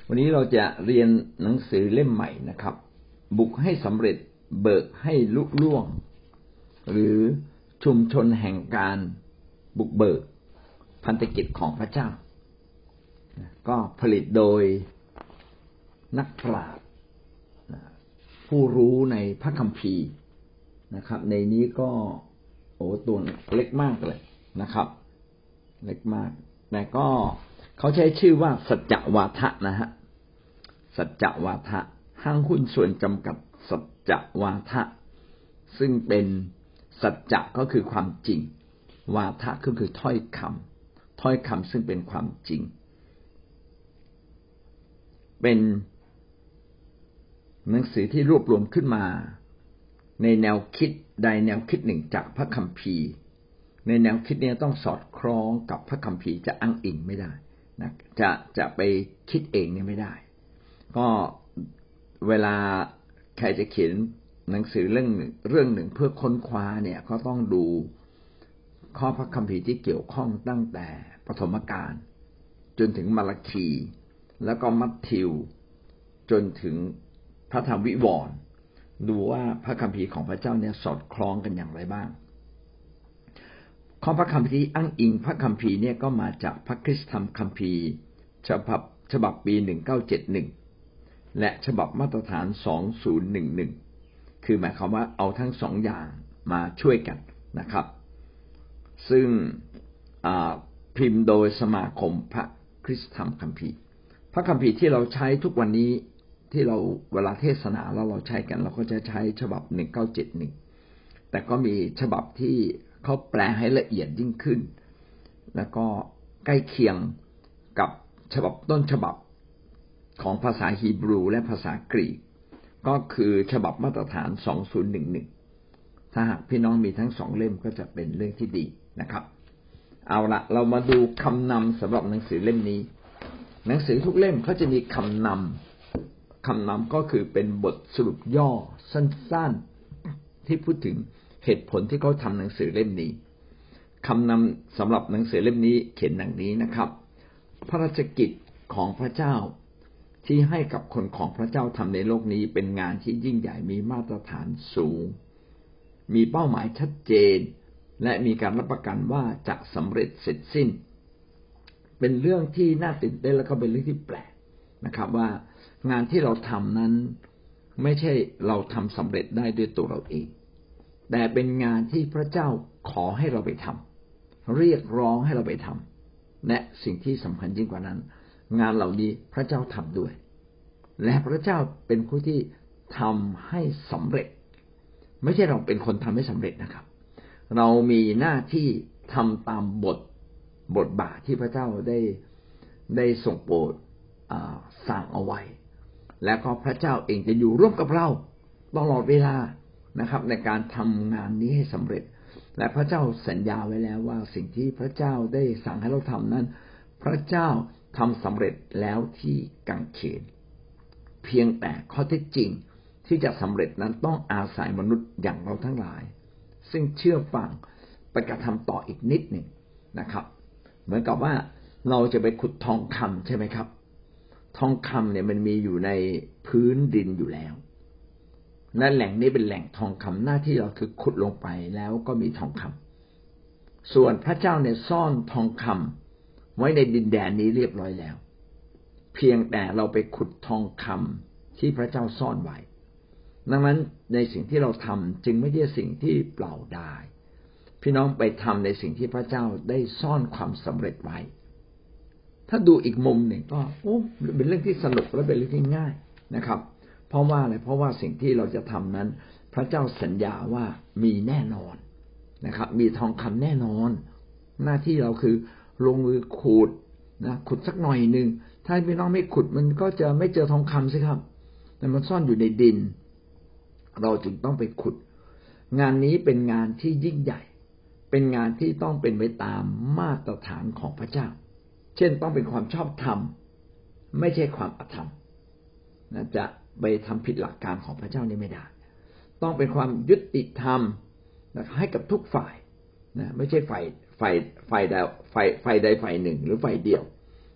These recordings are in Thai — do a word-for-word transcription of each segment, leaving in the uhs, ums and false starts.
วันนี้เราจะเรียนหนังสือเล่มใหม่นะครับบุกให้สำเร็จเบิกให้ลุล่วงหรือชุมชนแห่งการบุกเบิกพันธกิจของพระเจ้าก็ผลิตโดยนักปราชญ์ผู้รู้ในพระคัมภีร์นะครับในนี้ก็โอ้ตัวเล็กมากเลยนะครับเล็กมากแต่ก็เขาใช้ชื่อว่าสัจจวาทะนะฮะสัจจวาทะห้างหุ้นส่วนจำกัดสัจจวาทะซึ่งเป็นสัจจะก็คือความจริงวาทะก็คือถ้อยคำถ้อยคำซึ่งเป็นความจริงเป็นหนังสือที่รวบรวมขึ้นมาในแนวคิดใดแนวคิดหนึ่งจากพระคัมภีร์ในแนวคิดนี้ต้องสอดคล้องกับพระคัมภีร์จะอ้างอิงไม่ได้นะจะจะไปคิดเองเนี่ยไม่ได้ก็เวลาใครจะเขียนหนังสือเรื่องเรื่องหนึ่งเพื่อค้นคว้าเนี่ยก็ต้องดูข้อพระคัมภีร์ที่เกี่ยวข้องตั้งแต่ปฐมกาลจนถึงมาระคีแล้วก็มัทธิวจนถึงพระธรรมวิวรณ์ดูว่าพระคัมภีร์ของพระเจ้าเนี่ยสอดคล้องกันอย่างไรบ้างข้อพระคัมภีร์อ้างอิงพระคัมภีร์เนี่ยก็มาจากพระคริสตธรรมคัมภีร์ฉบับฉบับปีหนึ่งพันเก้าร้อยเจ็ดสิบเอ็ดและฉบับมาตรฐานสองพันสิบเอ็ดคือหมายความว่าเอาทั้งสองอย่างมาช่วยกันนะครับซึ่งพิมพ์โดยสมาคมพระคริสตธรรมคัมภีร์พระคัมภีร์ที่เราใช้ทุกวันนี้ที่เราเวลาเทศนาแล้วเราใช้กันเราก็จะใช้ฉบับหนึ่งพันเก้าร้อยเจ็ดสิบเอ็ดแต่ก็มีฉบับที่เขาแปลให้ละเอียดยิ่งขึ้นแล้วก็ใกล้เคียงกับฉบับต้นฉบับของภาษาฮีบรูและภาษากรีกก็คือฉบับมาตรฐานสองพันสิบเอ็ดถ้าหากพี่น้องมีทั้งสองเล่มก็จะเป็นเรื่องที่ดีนะครับเอาละเรามาดูคำนำสำหรับหนังสือเล่มนี้หนังสือทุกเล่มเขาจะมีคำนำคำนำก็คือเป็นบทสรุปย่อสั้นๆที่พูดถึงเหตุผลที่เขาทำหนังสือเล่มนี้คำนำสำหรับหนังสือเล่มนี้เขียนดังนี้นะครับพระราชกิจของพระเจ้าที่ให้กับคนของพระเจ้าทำในโลกนี้เป็นงานที่ยิ่งใหญ่มีมาตรฐานสูงมีเป้าหมายชัดเจนและมีการรับประกันว่าจะสำเร็จเสร็จสิ้นเป็นเรื่องที่น่าตื่นเต้นและก็เป็นเรื่องที่แปลกนะครับว่างานที่เราทำนั้นไม่ใช่เราทำสำเร็จได้ด้วยตัวเราเองแต่เป็นงานที่พระเจ้าขอให้เราไปทำเรียกร้องให้เราไปทำและสิ่งที่สำคัญยิ่งกว่านั้นงานเหล่านี้พระเจ้าทำด้วยและพระเจ้าเป็นผู้ที่ทำให้สำเร็จไม่ใช่เราเป็นคนทำให้สำเร็จนะครับเรามีหน้าที่ทำตามบทบทบาทที่พระเจ้าได้ได้ทรงโปรดสั่งเอาไว้แล้วก็พระเจ้าเองจะอยู่ร่วมกับเราตลอดเวลานะครับในการทำงานนี้ให้สำเร็จและพระเจ้าสัญญาไว้แล้วว่าสิ่งที่พระเจ้าได้สั่งให้เราทำนั้นพระเจ้าทำสำเร็จแล้วที่กังเขนเพียงแต่ข้อเท็จจริงที่จะสำเร็จนั้นต้องอาศัยมนุษย์อย่างเราทั้งหลายซึ่งเชื่อฟังไปกระทำต่ออีกนิดหนึ่งนะครับเหมือนกับว่าเราจะไปขุดทองคำใช่ไหมครับทองคำเนี่ยมันมีอยู่ในพื้นดินอยู่แล้วและแหล่งนี้เป็นแหล่งทองคำหน้าที่เราคือขุดลงไปแล้วก็มีทองคำส่วนพระเจ้าเนี่ยซ่อนทองคำไว้ในดินแดนนี้เรียบร้อยแล้วเพียงแต่เราไปขุดทองคำที่พระเจ้าซ่อนไว้ดังนั้นในสิ่งที่เราทำจึงไม่ใช่สิ่งที่เปล่าดายพี่น้องไปทำในสิ่งที่พระเจ้าได้ซ่อนความสำเร็จไว้ถ้าดูอีกมุมหนึ่งก็โอ้เป็นเรื่องที่สนุกและเป็นเรื่องที่ง่ายนะครับเพราะว่าอะไรเพราะว่าสิ่งที่เราจะทำนั้นพระเจ้าสัญญาว่ามีแน่นอนนะครับมีทองคำแน่นอนหน้าที่เราคือลงมือขุดนะขุดสักหน่อยนึงถ้าพี่น้องไม่ขุดมันก็จะไม่เจอทองคำสิครับแต่มันซ่อนอยู่ในดินเราจึงต้องไปขุดงานนี้เป็นงานที่ยิ่งใหญ่เป็นงานที่ต้องเป็นไปตามมาตรฐานของพระเจ้าเช่นต้องเป็นความชอบธรรมไม่ใช่ความอธรรมนะจะไปทำผิดหลักการของพระเจ้านี่ไม่ได้ต้องเป็นความยุติธรรมนะให้กับทุกฝ่ายนะไม่ใช่ฝ่ายฝ่ายฝ่ายใดฝ่ายฝ่ายใดฝ่ายหนึ่งหรือฝ่ายเดียว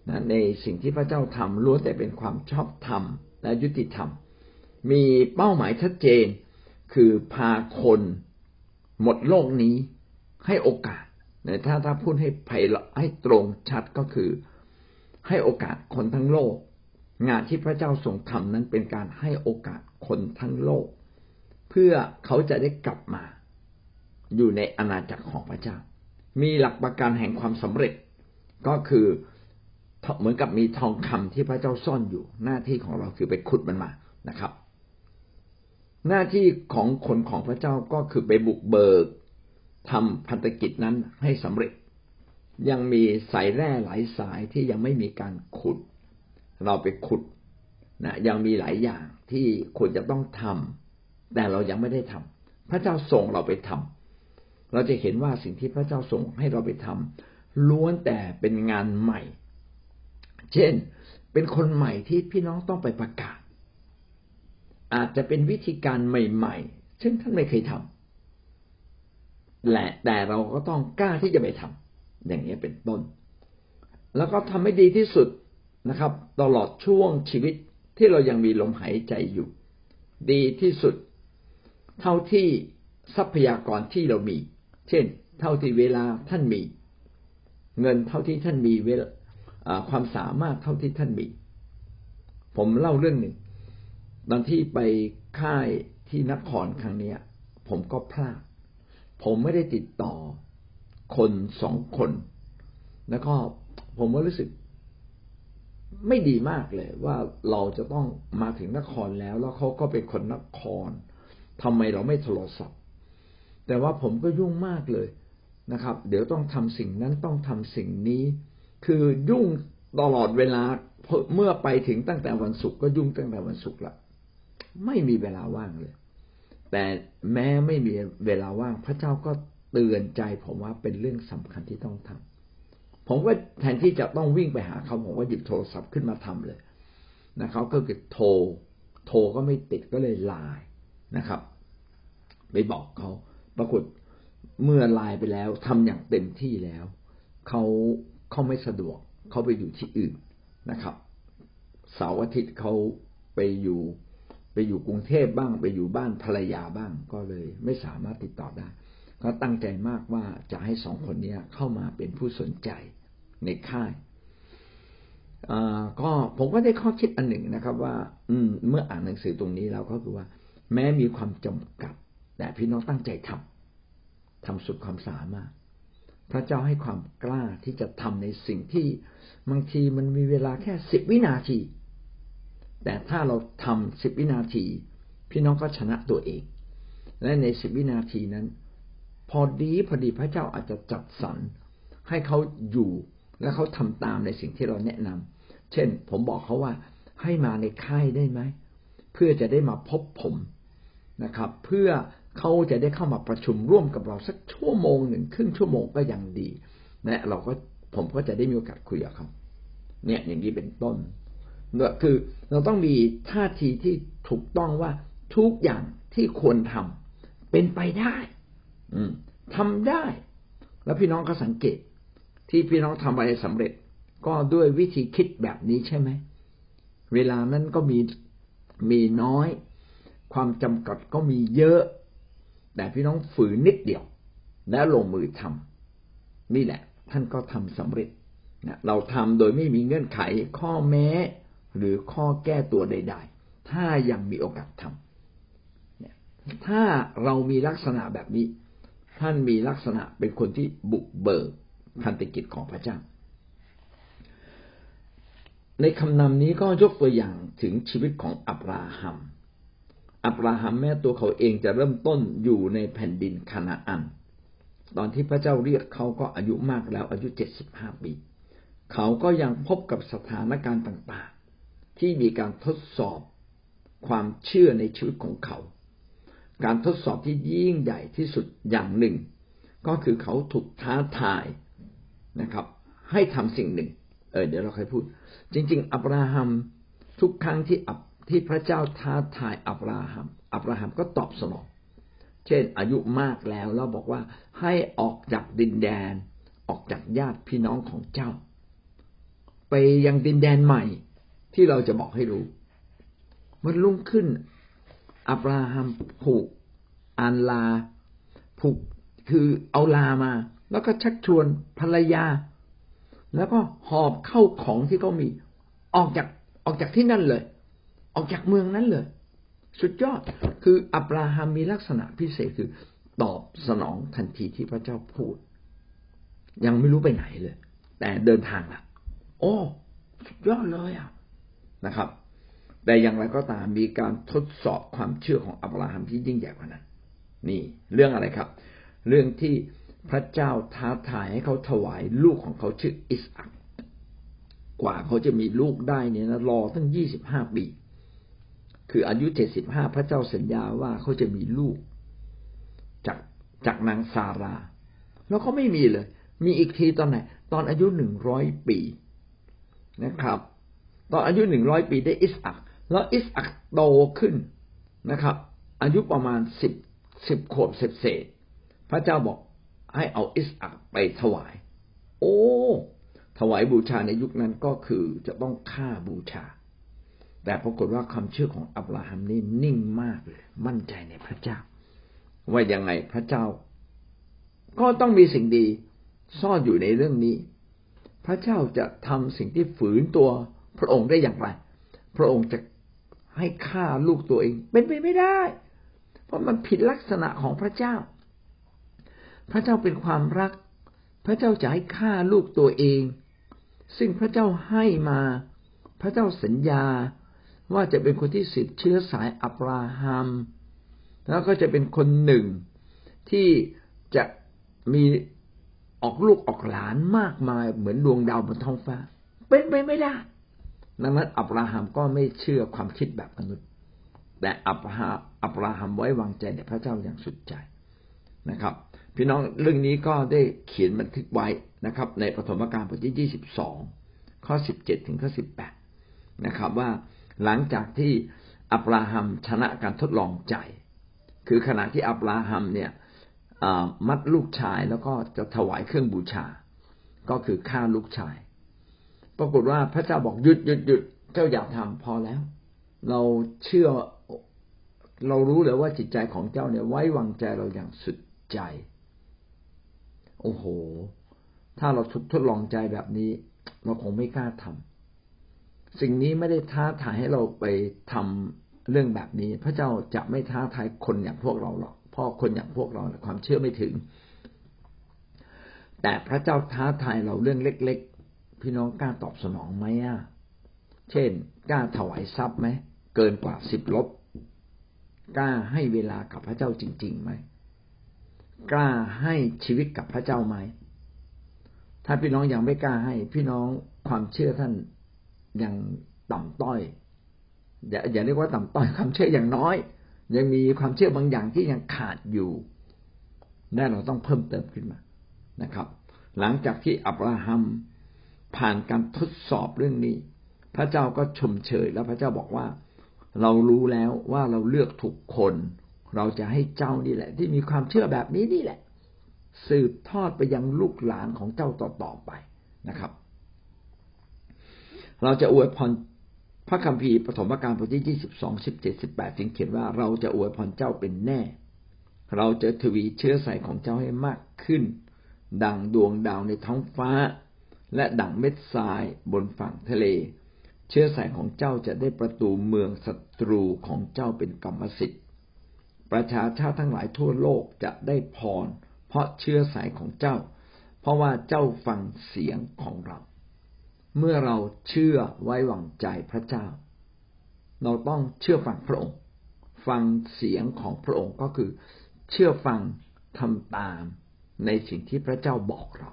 นะในสิ่งที่พระเจ้าทำล้วนแต่เป็นความชอบธรรมและยุติธรรมมีเป้าหมายชัดเจนคือพาคนหมดโลกนี้ให้โอกาสนะถ้าถ้าพูดให้ไพเราะให้ตรงชัดก็คือให้โอกาสคนทั้งโลกงานที่พระเจ้าทรงทำนั้นเป็นการให้โอกาสคนทั้งโลกเพื่อเขาจะได้กลับมาอยู่ในอาณาจักรของพระเจ้ามีหลักประกันแห่งความสำเร็จก็คือเหมือนกับมีทองคำที่พระเจ้าซ่อนอยู่หน้าที่ของเราคือไปขุดมันมานะครับหน้าที่ของคนของพระเจ้าก็คือไปบุกเบิกทำพันธกิจนั้นให้สำเร็จยังมีสายแร่หลายสายที่ยังไม่มีการขุดเราไปขุดนะยังมีหลายอย่างที่ควรจะต้องทำแต่เรายังไม่ได้ทำพระเจ้าส่งเราไปทำเราจะเห็นว่าสิ่งที่พระเจ้าส่งให้เราไปทำล้วนแต่เป็นงานใหม่เช่นเป็นคนใหม่ที่พี่น้องต้องไปประกาศอาจจะเป็นวิธีการใหม่ๆซึ่งท่านไม่เคยทำและแต่เราก็ต้องกล้าที่จะไปทำอย่างนี้เป็นต้นแล้วก็ทำให้ดีที่สุดนะครับตลอดช่วงชีวิตที่เรายังมีลมหายใจอยู่ดีที่สุดเท่าที่ทรัพยากรที่เรามีเช่นเท่าที่เวลาท่านมีเงินเท่าที่ท่านมีเวลาความสามารถเท่าที่ท่านมีผมเล่าเรื่องหนึ่งตอนที่ไปค่ายที่นครครั้งนี้ผมก็พลาดผมไม่ได้ติดต่อคนสองคนแล้วก็ผมก็รู้สึกไม่ดีมากเลยว่าเราจะต้องมาถึงนครแล้วแล้วเขาก็เป็นคนนครทำไมเราไม่โทรศัพท์แต่ว่าผมก็ยุ่งมากเลยนะครับเดี๋ยวต้องทำสิ่งนั้นต้องทำสิ่งนี้คือยุ่งตลอดเวลาเมื่อไปถึงตั้งแต่วันศุกร์ก็ยุ่งตั้งแต่วันศุกร์ละไม่มีเวลาว่างเลยแต่แม้ไม่มีเวลาว่างพระเจ้าก็เตือนใจผมว่าเป็นเรื่องสำคัญที่ต้องทำผมก็แทนที่จะต้องวิ่งไปหาเขาผมก็หยิบโทรศัพท์ขึ้นมาทำเลยนะครับก็คือโทรโทรก็ไม่ติดก็เลยไลน์นะครับไปบอกเขาปรากฏเมื่อไลน์ไปแล้วทำอย่างเต็มที่แล้วเขาเขาไม่สะดวกเขาไปอยู่ที่อื่นนะครับเสาร์อาทิตย์เขาไปอยู่ไปอยู่กรุงเทพบ้างไปอยู่บ้านภรรยาบ้างก็เลยไม่สามารถติดต่อได้เขาตั้งใจมากว่าจะให้สองคนนี้เข้ามาเป็นผู้สนใจในค่ายอ่าก็ผมก็ได้ข้อคิดอันหนึ่งนะครับว่าอืมเมื่ออ่านหนังสือตรงนี้แล้วก็คือว่าแม้มีความจำกัดแต่พี่น้องตั้งใจทำทำสุดความสามารถพระเจ้าให้ความกล้าที่จะทำในสิ่งที่บางทีมันมีเวลาแค่สิบวินาทีแต่ถ้าเราทำสิบวินาทีพี่น้องก็ชนะตัวเองและในสิบวินาทีนั้นพอดีพอดีพระเจ้าอาจจะจัดสรรให้เขาอยู่และเขาทำตามในสิ่งที่เราแนะนำเช่นผมบอกเขาว่าให้มาในค่ายได้ไหมเพื่อจะได้มาพบผมนะครับเพื่อเขาจะได้เข้ามาประชุมร่วมกับเราสักชั่วโมงหนึ่งครึ่งชั่วโมงก็ยังดีและเราก็ผมก็จะได้มีโอกาสคุยกับเขาเนี่ยอย่างนี้เป็นต้นเนี่ยคือเราต้องมีท่าทีที่ถูกต้องว่าทุกอย่างที่ควรทำเป็นไปได้อืมทำได้แล้วพี่น้องก็สังเกตที่พี่น้องทำอะไรสำเร็จก็ด้วยวิธีคิดแบบนี้ใช่ไหมเวลานั้นก็มีมีน้อยความจำกัดก็มีเยอะแต่พี่น้องฝืนนิดเดียวแล้วลงมือทำนี่แหละท่านก็ทำสำเร็จนะเราทำโดยไม่มีเงื่อนไขข้อแม้หรือข้อแก้ตัวใดๆถ้ายังมีโอกาสทำถ้าเรามีลักษณะแบบนี้ท่านมีลักษณะเป็นคนที่บุกเบิกพันธกิจของพระเจ้าในคำนำนี้ก็ยกตัวอย่างถึงชีวิตของอับราฮัมอับราฮัมแม้ตัวเขาเองจะเริ่มต้นอยู่ในแผ่นดินคานาอันตอนที่พระเจ้าเรียกเขาก็อายุมากแล้วอายุเจ็ดสิบห้าปีเขาก็ยังพบกับสถานการณ์ต่างๆที่มีการทดสอบความเชื่อในชีวิตของเขาการทดสอบที่ยิ่งใหญ่ที่สุดอย่างหนึ่งก็คือเขาถูกท้าทายนะครับให้ทำสิ่งหนึ่งเออเดี๋ยวเราค่อยพูดจริงๆอับราฮัมทุกครั้งที่อับที่พระเจ้าท้าทายอับราฮัมอับราฮัมก็ตอบสนองเช่นอายุมากแล้วแล้วบอกว่าให้ออกจากดินแดนออกจากญาติพี่น้องของเจ้าไปยังดินแดนใหม่ที่เราจะบอกให้รู้มันรุ่งขึ้นอับราฮัมผูกอันลาผูกคือเอาลามาแล้วก็ชักชวนภรรยาแล้วก็หอบเข้าของที่เขามีออกจากออกจากที่นั่นเลยออกจากเมืองนั้นเลยสุดยอดคืออับราฮัมมีลักษณะพิเศษคือตอบสนองทันทีที่พระเจ้าพูดยังไม่รู้ไปไหนเลยแต่เดินทางละโอ้สุดยอดเลยอ่ะนะครับแต่อย่างไรก็ตามมีการทดสอบความเชื่อของอับราฮัมที่ยิ่งใหญ่กว่านั้นนี่เรื่องอะไรครับเรื่องที่พระเจ้าท้าทายให้เขาถวายลูกของเขาชื่ออิสอัคกว่าเขาจะมีลูกได้เนี่ยนะรอตั้งยี่สิบห้าปีคืออายุเจ็ดสิบห้าพระเจ้าสัญญาว่าเขาจะมีลูกจากจากนางซาราแล้วเขาไม่มีเลยมีอีกทีตอนไหนตอนอายุหนึ่งร้อยปีนะครับตอนอายุหนึ่งร้อยปีได้อิสอัคแล้วอิสอัคโตขึ้นนะครับอายุประมาณสิบสิบขวบเศษๆพระเจ้าบอกให้เอาอิสอัคไปถวายโอ้ถวายบูชาในยุคนั้นก็คือจะต้องฆ่าบูชาแต่ปรากฏว่าความเชื่อของอับราฮัมนี่นิ่งมากเลยมั่นใจในพระเจ้าว่ายังไงพระเจ้าก็ต้องมีสิ่งดีซ่อนอยู่ในเรื่องนี้พระเจ้าจะทำสิ่งที่ฝืนตัวพระองค์ได้อย่างไรพระองค์จะให้ฆ่าลูกตัวเองเป็นไปไม่ได้เพราะมันผิดลักษณะของพระเจ้าพระเจ้าเป็นความรักพระเจ้าจะให้ฆ่าลูกตัวเองซึ่งพระเจ้าให้มาพระเจ้าสัญญาว่าจะเป็นคนที่สืบเชื้อสายอับราฮัมแล้วก็จะเป็นคนหนึ่งที่จะมีออกลูกออกหลานมากมายเหมือนดวงดาวบนท้องฟ้าเป็นไปไม่ได้ดังนั้นอับราฮัมก็ไม่เชื่อความคิดแบบมนุษย์แต่อับราฮัมอับราฮัมไว้วางใจในพระเจ้าอย่างสุดใจนะครับพี่น้องเรื่องนี้ก็ได้เขียนบันทึกไว้นะครับในปฐมกาลบทที่ยี่สิบสองข้อสิบเจ็ดถึงข้อสิบแปดนะครับว่าหลังจากที่อับราฮัมชนะการทดลองใจคือขณะที่อับราฮัมเนี่ยมัดลูกชายแล้วก็จะถวายเครื่องบูชาก็คือฆ่าลูกชายปรากฏว่าพระเจ้าบอกหยุดหยุดหยุดเจ้าอย่าทำพอแล้วเราเชื่อเรารู้เลยว่าจิตใจของเจ้าเนี่ยไว้วางใจเราอย่างสุดใจโอ้โหถ้าเราถูกทดลองใจแบบนี้เราคงไม่กล้าทำสิ่งนี้ไม่ได้ท้าทายให้เราไปทำเรื่องแบบนี้พระเจ้าจะไม่ท้าทายคนอย่างพวกเราหรอกเพราะคนอย่างพวกเราความเชื่อไม่ถึงแต่พระเจ้าท้าทายเราเรื่องเล็กๆพี่น้องกล้าตอบสนองไหมอ่ะเช่นกล้าถวายทรัพย์ไหมเกินกว่าสิบลบกล้าให้เวลากับพระเจ้าจริงๆไหมกล้าให้ชีวิตกับพระเจ้าไหมถ้าพี่น้องยังไม่กล้าให้พี่น้องความเชื่อท่านยังต่ำต้อยอย่าอย่าเรียกว่าต่ำต้อยความเชื่ออย่างน้อยยังมีความเชื่อบางอย่างที่ยังขาดอยู่นั่นเราต้องเพิ่มเติมขึ้นมานะครับหลังจากที่อับราฮัมผ่านการทดสอบเรื่องนี้พระเจ้าก็ชมเชยแล้วพระเจ้าบอกว่าเรารู้แล้วว่าเราเลือกถูกคนเราจะให้เจ้านี่แหละที่มีความเชื่อแบบนี้นี่แหละสืบทอดไปยังลูกหลานของเจ้าต่อๆไปนะครับเราจะอวยพรพระคัมภีร์ปฐมกาลบทที่ยี่สิบสอง สิบเจ็ด สิบแปดจึงเขียนว่าเราจะอวยพรเจ้าเป็นแน่เราจะทวีเชื้อสายของเจ้าให้มากขึ้นดังดวงดาวในท้องฟ้าและดังเม็ดทรายบนฝั่งทะเลเชื้อสายของเจ้าจะได้ประตูเมืองศัตรูของเจ้าเป็นกรรมสิทธิ์ประชาชาติทั้งหลายทั่วโลกจะได้พรเพราะเชื้อสายของเจ้าเพราะว่าเจ้าฟังเสียงของเราเมื่อเราเชื่อไว้วางใจพระเจ้าเราต้องเชื่อฟังพระองค์ฟังเสียงของพระองค์ก็คือเชื่อฟังทำตามในสิ่งที่พระเจ้าบอกเรา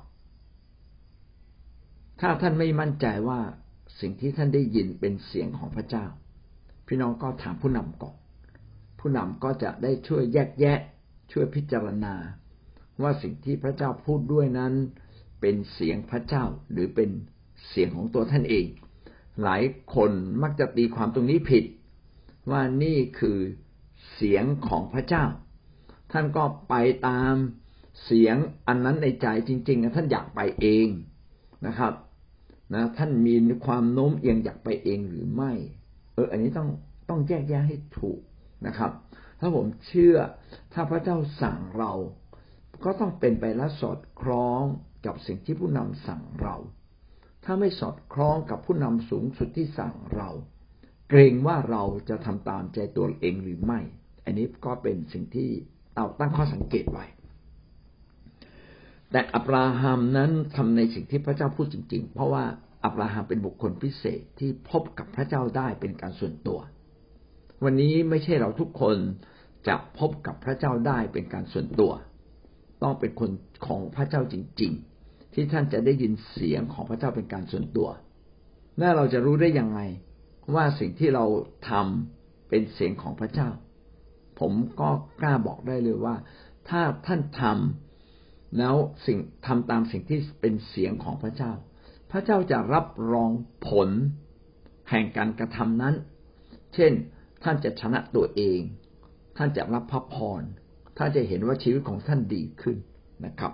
ถ้าท่านไม่มั่นใจว่าสิ่งที่ท่านได้ยินเป็นเสียงของพระเจ้าพี่น้องก็ถามผู้นำก่อนผู้นำก็จะได้ช่วยแยกแยะช่วยพิจารณาว่าสิ่งที่พระเจ้าพูดด้วยนั้นเป็นเสียงพระเจ้าหรือเป็นเสียงของตัวท่านเองหลายคนมักจะตีความตรงนี้ผิดว่านี่คือเสียงของพระเจ้าท่านก็ไปตามเสียงอันนั้นในใจจริงๆท่านอยากไปเองนะครับนะท่านมีความโน้มเอียงอยากไปเองหรือไม่เอออันนี้ต้องต้องแยกแยะให้ถูกนะครับถ้าผมเชื่อถ้าพระเจ้าสั่งเราก็ต้องเป็นไปและสอดคล้องกับสิ่งที่ผู้นำสั่งเราถ้าไม่สอดคล้องกับผู้นำสูงสุดที่สั่งเราเกรงว่าเราจะทำตามใจตัวเองหรือไม่อันนี้ก็เป็นสิ่งที่เอาตั้งข้อสังเกตไว้แต่อับราฮัมนั้นทำในสิ่งที่พระเจ้าพูดจริงๆเพราะว่าอับราฮัมเป็นบุคคลพิเศษที่พบกับพระเจ้าได้เป็นการส่วนตัววันนี้ไม่ใช่เราทุกคนจะพบกับพระเจ้าได้เป็นการส่วนตัวต้องเป็นคนของพระเจ้าจริงๆที่ท่านจะได้ยินเสียงของพระเจ้าเป็นการส่วนตัวและเราจะรู้ได้ยังไงว่าสิ่งที่เราทำเป็นเสียงของพระเจ้าผมก็กล้าบอกได้เลยว่าถ้าท่านทำแล้วสิ่งทำตามสิ่งที่เป็นเสียงของพระเจ้าพระเจ้าจะรับรองผลแห่งการกระทำนั้นเช่นท่านจะชนะตัวเองท่านจะรับพระพรท่านจะเห็นว่าชีวิตของท่านดีขึ้นนะครับ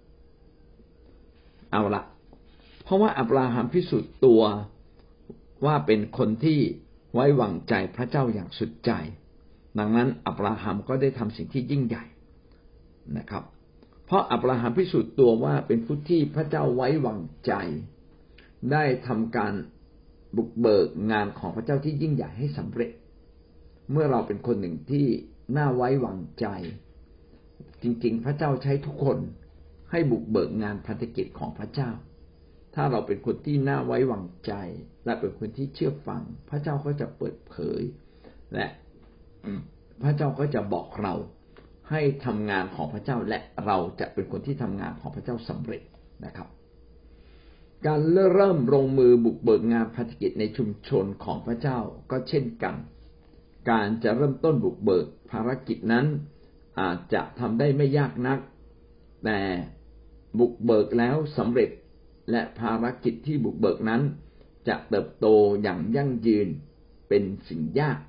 เอาละเพราะว่าอับราฮัมพิสูจน์ตัวว่าเป็นคนที่ไว้วางใจพระเจ้าอย่างสุดใจดังนั้นอับราฮัมก็ได้ทำสิ่งที่ยิ่งใหญ่นะครับเพราะอับราฮัมพิสูจน์ตัวว่าเป็นผู้ที่พระเจ้าไว้วางใจได้ทำการบุกเบิกงานของพระเจ้าที่ยิ่งใหญ่ให้สำเร็จเมื่อเราเป็นคนหนึ่งที่น่าไว้วางใจจริงๆพระเจ้าใช้ทุกคนให้บุกเบิกงานพันธกิจของพระเจ้าถ้าเราเป็นคนที่น่าไว้วางใจและเป็นคนที่เชื่อฟังพระเจ้าก็จะเปิดเผยและพระเจ้าก็จะบอกเราให้ทำงานของพระเจ้าและเราจะเป็นคนที่ทำงานของพระเจ้าสำเร็จนะครับการเริ่มลงมือบุกเบิกงานพันธกิจในชุมชนของพระเจ้าก็เช่นกันการจะเริ่มต้นบุกเบิกภารกิจนั้นอาจจะทำได้ไม่ยากนักแต่บุกเบิกแล้วสำเร็จและภารกิจที่บุกเบิกนั้นจะเติบโตอย่างยั่งยืนเป็นสิ่งยาก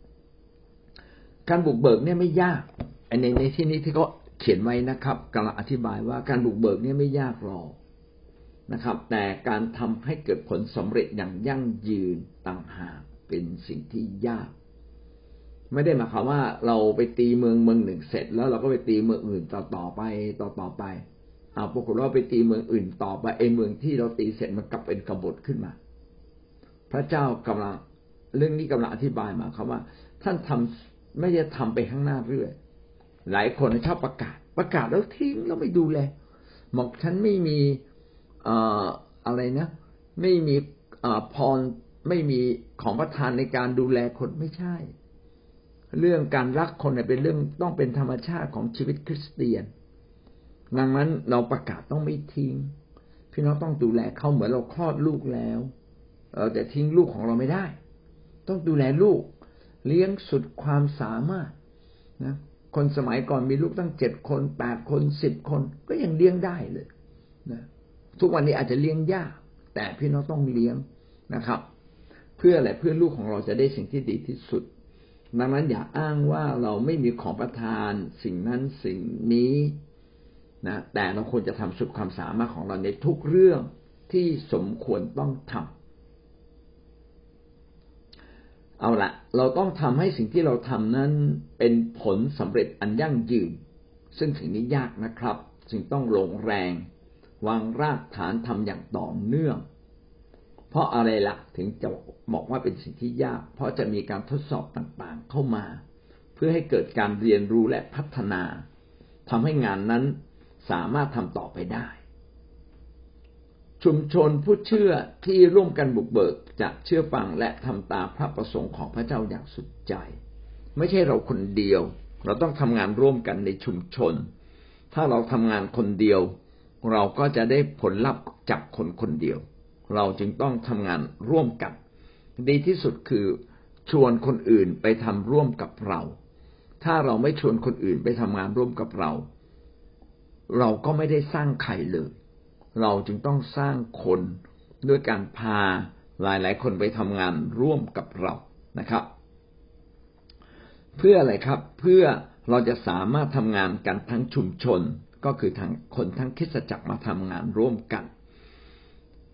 การบุกเบิกเนี่ยไม่ยากในในที่นี้ที่เขาเขียนไว้นะครับกำลังอธิบายว่าการบุกเบิกเนี่ยไม่ยากหรอกนะครับแต่การทำให้เกิดผลสำเร็จอย่างยั่งยืนต่างหากเป็นสิ่งที่ยากไม่ได้หมายความว่าเราไปตีเมืองเมืองหนึ่งเสร็จแล้วเราก็ไปตีเมืองอื่นต่อต่อไปต่อต่อไปอ่าปรากฏว่าไปตีเมืองอื่นต่อไปไอ้เมืองที่เราตีเสร็จมันกลับเป็นกบฏขึ้นมาพระเจ้ากำลังเรื่องนี้กำลังอธิบายมาครับว่าท่านทำไม่ได้ทำไปข้างหน้าเรื่อยหลายคนชอบประกาศประกาศแล้วทิ้งแล้วไม่ดูแลบอกฉันไม่มีเอ่ออะไรนะไม่มีเอ่อพรไม่มีของประทานในการดูแลคนไม่ใช่เรื่องการรักคนเนี่ยเป็นเรื่องต้องเป็นธรรมชาติของชีวิตคริสเตียนดังนั้นเราประกาศต้องไม่ทิ้งพี่น้องต้องดูแลเขาเหมือนเราคลอดลูกแล้วเออแต่ทิ้งลูกของเราไม่ได้ต้องดูแลลูกเลี้ยงสุดความสามารถนะคนสมัยก่อนมีลูกตั้งเจ็ดคนแปดคนสิบคนก็ยังเลี้ยงได้เลยนะทุกวันนี้อาจจะเลี้ยงยากแต่พี่น้องต้องเลี้ยงนะครับเพื่ออะไรเพื่อลูกของเราจะได้สิ่งที่ดีที่สุดดังนั้นอย่าอ้างว่าเราไม่มีของประทานสิ่งนั้นสิ่งนี้นะแต่เราควรจะทำสุดความสามารถของเราในทุกเรื่องที่สมควรต้องทำเอาละเราต้องทำให้สิ่งที่เราทำนั้นเป็นผลสำเร็จอันยั่งยืนซึ่งสิ่งนี้ยากนะครับจึงต้องลงแรงวางรากฐานทำอย่างต่อเนื่องเพราะอะไรล่ะถึงจะบอกว่าเป็นสิ่งที่ยากเพราะจะมีการทดสอบต่างๆเข้ามาเพื่อให้เกิดการเรียนรู้และพัฒนาทำให้งานนั้นสามารถทำต่อไปได้ชุมชนผู้เชื่อที่ร่วมกันบุกเบิกจะเชื่อฟังและทำตามพระประสงค์ของพระเจ้าอย่างสุดใจไม่ใช่เราคนเดียวเราต้องทำงานร่วมกันในชุมชนถ้าเราทำงานคนเดียวเราก็จะได้ผลลัพธ์จากคนคนเดียวเราจึงต้องทำงานร่วมกันดีที่สุดคือชวนคนอื่นไปทำร่วมกับเราถ้าเราไม่ชวนคนอื่นไปทำงานร่วมกับเราเราก็ไม่ได้สร้างใครเลยเราจึงต้องสร้างคนด้วยการพาหลายๆคนไปทำงานร่วมกับเรานะครับเพื่ออะไรครับเพื่อเราจะสามารถทำงานกันทั้งชุมชนก็คือทั้งคนทั้งคริสตจักรมาทำงานร่วมกัน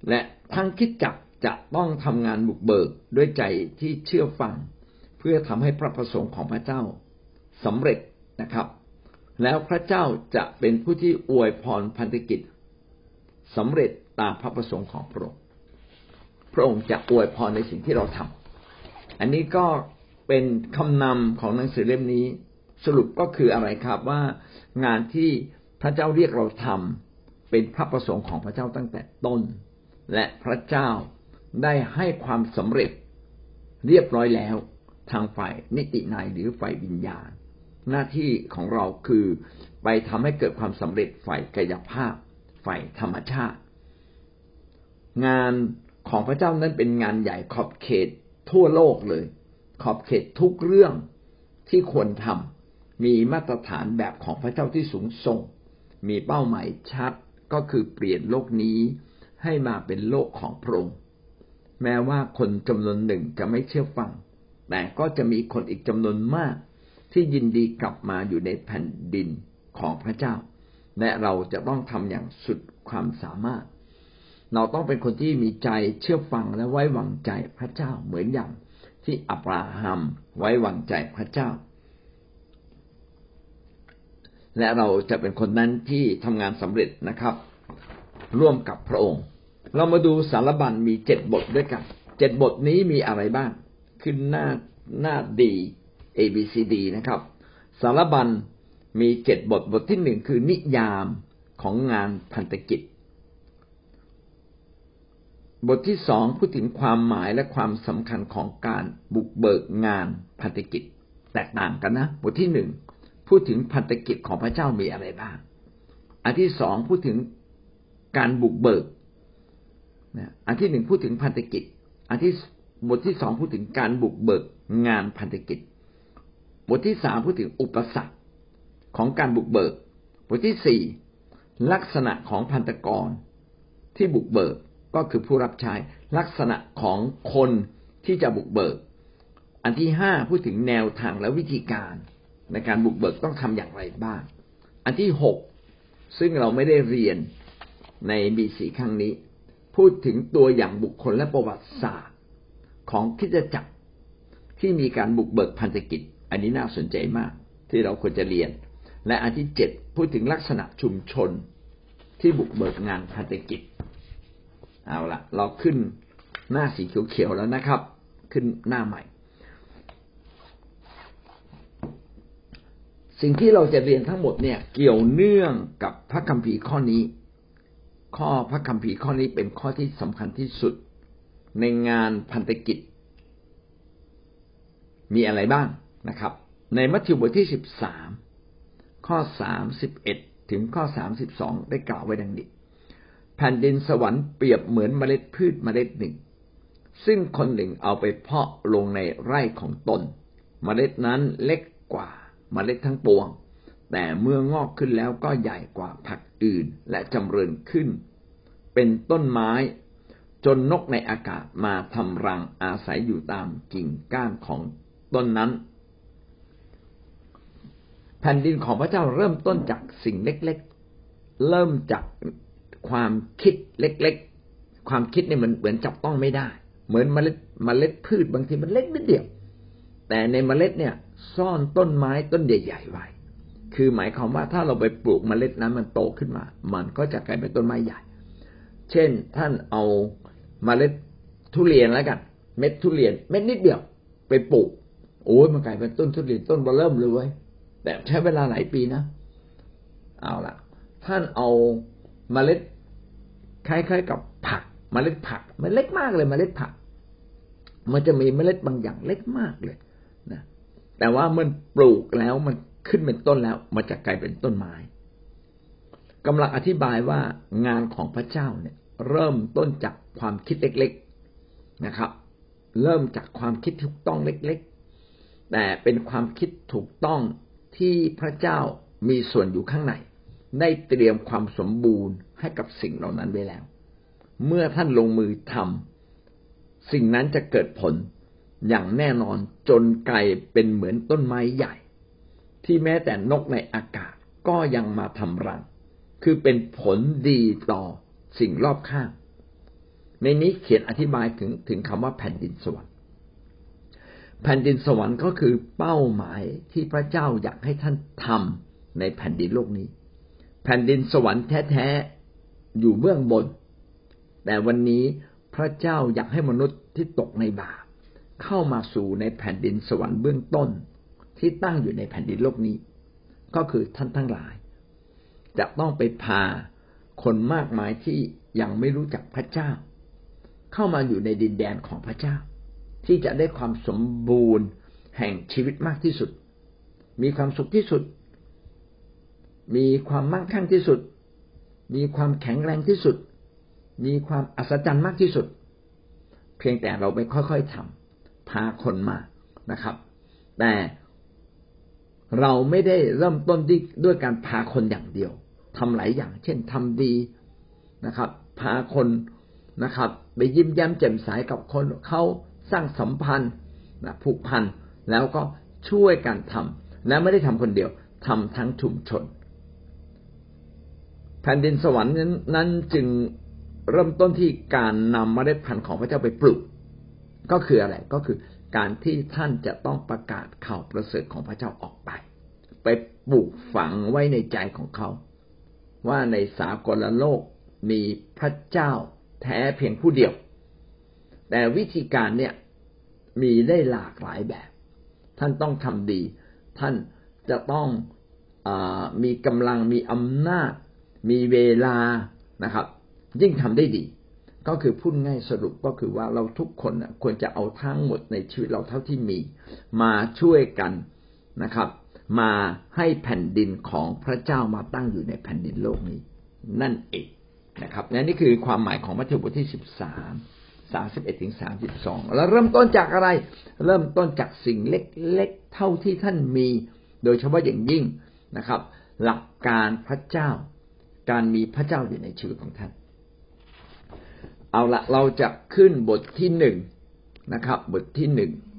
และทั้งคริสตจักรจะต้องทำงานบุกเบิกด้วยใจที่เชื่อฟังเพื่อทำให้พระประสงค์ของพระเจ้าสำเร็จนะครับแล้วพระเจ้าจะเป็นผู้ที่อวยพรพันธกิจสำเร็จตามพระประสงค์ของพระองค์พระองค์จะอวยพรในสิ่งที่เราทำอันนี้ก็เป็นคำนำของหนังสือเล่มนี้สรุปก็คืออะไรครับว่างานที่พระเจ้าเรียกเราทำเป็นพระประสงค์ของพระเจ้าตั้งแต่ต้นและพระเจ้าได้ให้ความสำเร็จเรียบร้อยแล้วทางฝ่ายนิตินายหรือฝ่ายวิญญาณหน้าที่ของเราคือไปทำให้เกิดความสำเร็จฝ่ายกายภาพฝ่ายธรรมชาติงานของพระเจ้านั้นเป็นงานใหญ่ขอบเขตทั่วโลกเลยขอบเขตทุกเรื่องที่ควรทำมีมาตรฐานแบบของพระเจ้าที่สูงส่งมีเป้าหมายชัดก็คือเปลี่ยนโลกนี้ให้มาเป็นโลกของพระองค์แม้ว่าคนจำนวนหนึ่งจะไม่เชื่อฟังแต่ก็จะมีคนอีกจำนวนมากที่ยินดีกลับมาอยู่ในแผ่นดินของพระเจ้าและเราจะต้องทำอย่างสุดความสามารถเราต้องเป็นคนที่มีใจเชื่อฟังและไว้วางใจพระเจ้าเหมือนอย่างที่อับราฮัมไว้วางใจพระเจ้าและเราจะเป็นคนนั้นที่ทำงานสำเร็จนะครับร่วมกับพระองค์เรามาดูสารบัญมีเจ็ดบทด้วยกันเจ็ดบทนี้มีอะไรบ้างขึ้นหน้าหน้า D A B C D นะครับสารบัญมีเจ็ดบทบทที่หนึ่งคือนิยามของงานพันธกิจบทที่สองพูดถึงความหมายและความสำคัญของการบุกเบิกงานพันธกิจแตกต่างกันนะบทที่หนึ่งพูดถึงพันธกิจของพระเจ้ามีอะไรบ้างอันที่สองพูดถึงการบุกเบิกนะอันที่หนึ่งพูดถึงพันธกิจอันที่บทที่สองพูดถึงการบุกเบิกงานพันธกิจบทที่สามพูดถึงอุปสรรคของการบุกเบิกบทที่สี่ลักษณะของพันธกรที่บุกเบิกก็คือผู้รับใช้ลักษณะของคนที่จะบุกเบิกอันที่ห้าพูดถึงแนวทางและวิธีการในการบุกเบิกต้องทำอย่างไรบ้างอันที่หกซึ่งเราไม่ได้เรียนใน บี ซี ครั้งนี้พูดถึงตัวอย่างบุคคลและประวัติศาสตร์ของคริสตจักรที่มีการบุกเบิกพันธกิจอันนี้น่าสนใจมากที่เราควรจะเรียนและอันที่เจ็ดพูดถึงลักษณะชุมชนที่บุกเบิกงานพันธกิจเอาละเราขึ้นหน้าสีเขียวๆแล้วนะครับขึ้นหน้าใหม่สิ่งที่เราจะเรียนทั้งหมดเนี่ยเกี่ยวเนื่องกับพระคัมภีร์ข้อนี้ข้อพระคัมภีร์ข้อนี้เป็นข้อที่สำคัญที่สุดในงานพันธกิจมีอะไรบ้างนะครับในมัทธิวบทที่สิบสามข้อสามสิบเอ็ดถึงข้อสามสิบสองได้กล่าวไว้ดังนี้แผ่นดินสวรรค์เปรียบเหมือนเมล็ดพืชเมล็ดหนึ่งซึ่งคนหนึ่งเอาไปเพาะลงในไร่ของตนเมล็ดนั้นเล็กกว่าเมล็ดทั้งปวงแต่เมื่องอกขึ้นแล้วก็ใหญ่กว่าผักอื่นและจำเริญขึ้นเป็นต้นไม้จนนกในอากาศมาทำรังอาศัยอยู่ตามกิ่งก้านของต้นนั้นแผ่นดินของพระเจ้าเริ่มต้นจากสิ่งเล็กๆเริ่มจากความคิดเล็กๆความคิดเนี่ยมันเหมือนจับต้องไม่ได้เหมือนเมล็ดเมล็ดพืชบางทีมันเล็กนิดเดียวแต่ในเมล็ดเนี่ยซ่อนต้นไม้ต้นใหญ่ๆไว้คือหมายความว่าถ้าเราไปปลูกเมล็ดนั้นมันโตขึ้นมามันก็จะกลายเป็นต้นไม้ใหญ่เช่นท่านเอาเมล็ดทุเรียนแล้วกันเม็ดทุเรียนเม็ดนิดเดียวไปปลูกโอ้ยมันกลายเป็นต้นทุเรียนต้นเบ้อเริ่มเลยเว้ยแต่ใช้เวลาหลายปีนะเอาล่ะท่านเอาเมล็ดคล้ายๆกับผักเมล็ดผักมันเล็กมากเลยเมล็ดผักมันจะมีเมล็ดบางอย่างเล็กมากเลยนะแต่ว่ามันปลูกแล้วมันขึ้นเป็นต้นแล้วมันจะกลายเป็นต้นไม้กำลังอธิบายว่างานของพระเจ้าเนี่ยเริ่มต้นจากความคิดเล็กๆนะครับเริ่มจากความคิดถูกต้องเล็กๆแต่เป็นความคิดถูกต้องที่พระเจ้ามีส่วนอยู่ข้างในได้เตรียมความสมบูรณ์ให้กับสิ่งเหล่านั้นไว้แล้วเมื่อท่านลงมือทำสิ่งนั้นจะเกิดผลอย่างแน่นอนจนกลายเป็นเหมือนต้นไม้ใหญ่ที่แม้แต่นกในอากาศก็ยังมาทำรังคือเป็นผลดีต่อสิ่งรอบข้างในนี้เขียนอธิบายถึงถึงคำว่าแผ่นดินสวรรค์แผ่นดินสวรรค์ก็คือเป้าหมายที่พระเจ้าอยากให้ท่านทำในแผ่นดินโลกนี้แผ่นดินสวรรค์แท้ๆอยู่เบื้องบนแต่วันนี้พระเจ้าอยากให้มนุษย์ที่ตกในบาปเข้ามาสู่ในแผ่นดินสวรรค์เบื้องต้นที่ตั้งอยู่ในแผ่นดินโลกนี้ก็คือท่านทั้งหลายจะต้องไปพาคนมากมายที่ยังไม่รู้จักพระเจ้าเข้ามาอยู่ในดินแดนของพระเจ้าที่จะได้ความสมบูรณ์แห่งชีวิตมากที่สุดมีความสุขที่สุดมีความมั่งคั่งที่สุดมีความแข็งแรงที่สุดมีความอัศจรรย์มากที่สุดเพียงแต่เราไปค่อยๆทำพาคนมานะครับแต่เราไม่ได้เริ่มต้นด้วยการพาคนอย่างเดียวทำหลายอย่างเช่นทำดีนะครับพาคนนะครับไปยิ้มแย้มแจ่มใสกับคนเขาสร้างสัมพันธ์นะผูกพันแล้วก็ช่วยกันทำและไม่ได้ทำคนเดียวทำทั้งชุมชนแผ่นดินสวรรค์นั้นนั้นจึงเริ่มต้นที่การนำเมล็ดพันธุ์ของพระเจ้าไปปลูกก็คืออะไรก็คือการที่ท่านจะต้องประกาศข่าวประเสริฐของพระเจ้าออกไปไปปลูกฝังไว้ในใจของเขาว่าในสากลโลกมีพระเจ้าแท้เพียงผู้เดียวแต่วิธีการเนี่ยมีได้หลากหลายแบบท่านต้องทำดีท่านจะต้องเอ่อมีกำลังมีอำนาจมีเวลานะครับยิ่งทำได้ดีก็คือพูดง่ายสรุปก็คือว่าเราทุกคนควรจะเอาทั้งหมดในชีวิตเราเท่าที่มีมาช่วยกันนะครับมาให้แผ่นดินของพระเจ้ามาตั้งอยู่ในแผ่นดินโลกนี้นั่นเองนะครับและนี่คือความหมายของมัทธิวบทที่สิบสาม สามสิบเอ็ดถึงสามสิบสองแล้วเริ่มต้นจากอะไรเริ่มต้นจากสิ่งเล็กๆเท่าที่ท่านมีโดยเฉพาะอย่างยิ่งนะครับหลักการพระเจ้าการมีพระเจ้าอยู่ในชีวิตของท่านเอาละเราจะขึ้นบทที่หนึ่งนะครับบทที่หนึ่ง